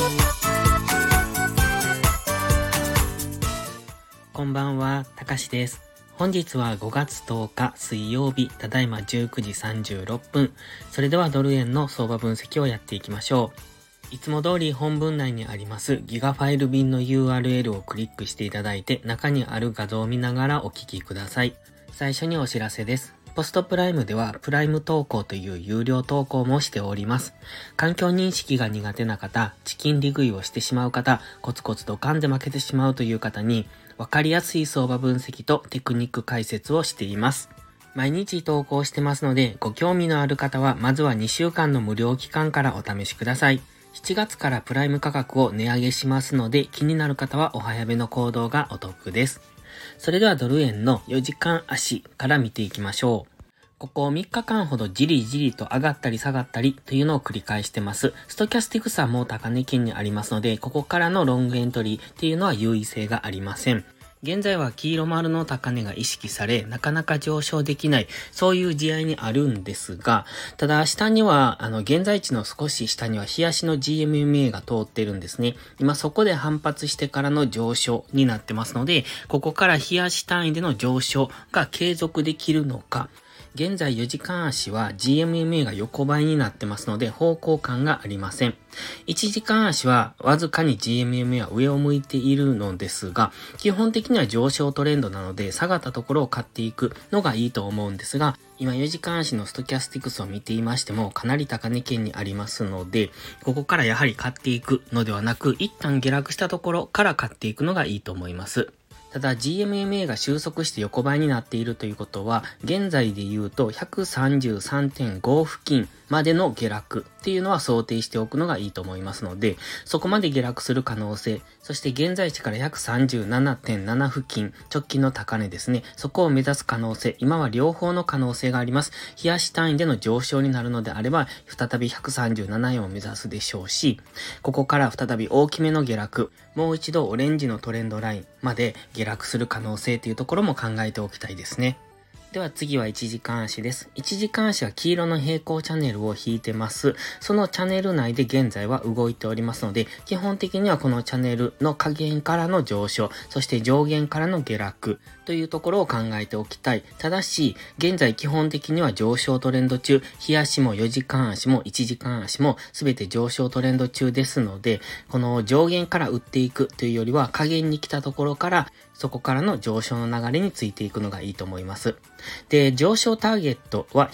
こんばんは、たかしです。本日は5月10日水曜日、ただいま19時36分。それではドル円の相場分析をやっていきましょう。いつも通り本文内にありますギガファイル便の URL をクリックしていただいて、中にある画像を見ながらお聞きください。最初にお知らせです。ポストプライムではプライム投稿という有料投稿もしております。環境認識が苦手な方、チキン利食いをしてしまう方、コツコツドカンで負けてしまうという方に、わかりやすい相場分析とテクニック解説をしています。毎日投稿してますので、ご興味のある方はまずは2週間の無料期間からお試しください。7月からプライム価格を値上げしますので、気になる方はお早めの行動がお得です。それではドル円の4時間足から見ていきましょう。ここ3日間ほどじりじりと上がったり下がったりというのを繰り返してます。ストキャスティクスはもう高値圏にありますので、ここからのロングエントリーっていうのは優位性がありません。現在は黄色丸の高値が意識され、なかなか上昇できない、そういう地合いにあるんですが、ただ下には、現在地の少し下には日足の GMMA が通ってるんですね。今そこで反発してからの上昇になってますので、ここから日足単位での上昇が継続できるのか、現在4時間足は GMMA が横ばいになってますので方向感がありません。1時間足はわずかに GMMA は上を向いているのですが、基本的には上昇トレンドなので下がったところを買っていくのがいいと思うんですが、今4時間足のストキャスティクスを見ていましてもかなり高値圏にありますので、ここからやはり買っていくのではなく、一旦下落したところから買っていくのがいいと思います。ただ GMMA が収束して横ばいになっているということは、現在で言うと 133.5 付近までの下落っていうのは想定しておくのがいいと思いますので、そこまで下落する可能性、そして現在地から 137.7 付近、直近の高値ですね、そこを目指す可能性、今は両方の可能性があります。日足単位での上昇になるのであれば、再び137円を目指すでしょうし、ここから再び大きめの下落、もう一度オレンジのトレンドラインまで下落する可能性というところも考えておきたいですね。では次は1時間足です。1時間足は黄色の平行チャンネルを引いてます。そのチャンネル内で現在は動いておりますので、基本的にはこのチャンネルの下限からの上昇、そして上限からの下落というところを考えておきたい。ただし、現在基本的には上昇トレンド中、日足も4時間足も1時間足も全て上昇トレンド中ですので、この上限から打っていくというよりは下限に来たところから、そこからの上昇の流れについていくのがいいと思います。で、上昇ターゲットは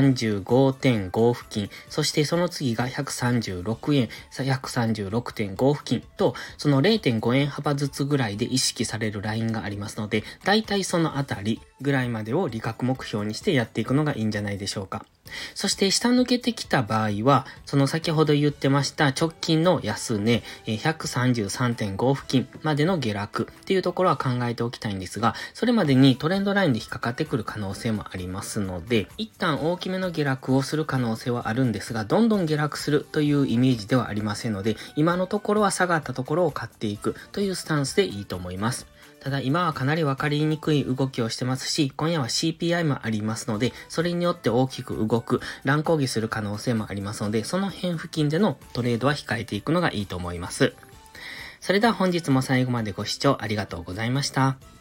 135.5 付近、そしてその次が136円、136.5 付近と、その 0.5 円幅ずつぐらいで意識されるラインがありますので、だいたいそのあたりぐらいまでを利確目標にしてやっていくのがいいんじゃないでしょうか。そして下抜けてきた場合は、その先ほど言ってました直近の安値、133.5 付近までの下落っていうところは考えておきたいんですが、それまでにトレンドラインで引っかかってくる可能性もありますので、一旦大きめの下落をする可能性はあるんですが、どんどん下落するというイメージではありませんので、今のところは下がったところを買っていくというスタンスでいいと思います。ただ今はかなり分かりにくい動きをしてますし、今夜は CPI もありますので、それによって大きく動く、乱高下する可能性もありますので、その辺付近でのトレードは控えていくのがいいと思います。それでは本日も最後までご視聴ありがとうございました。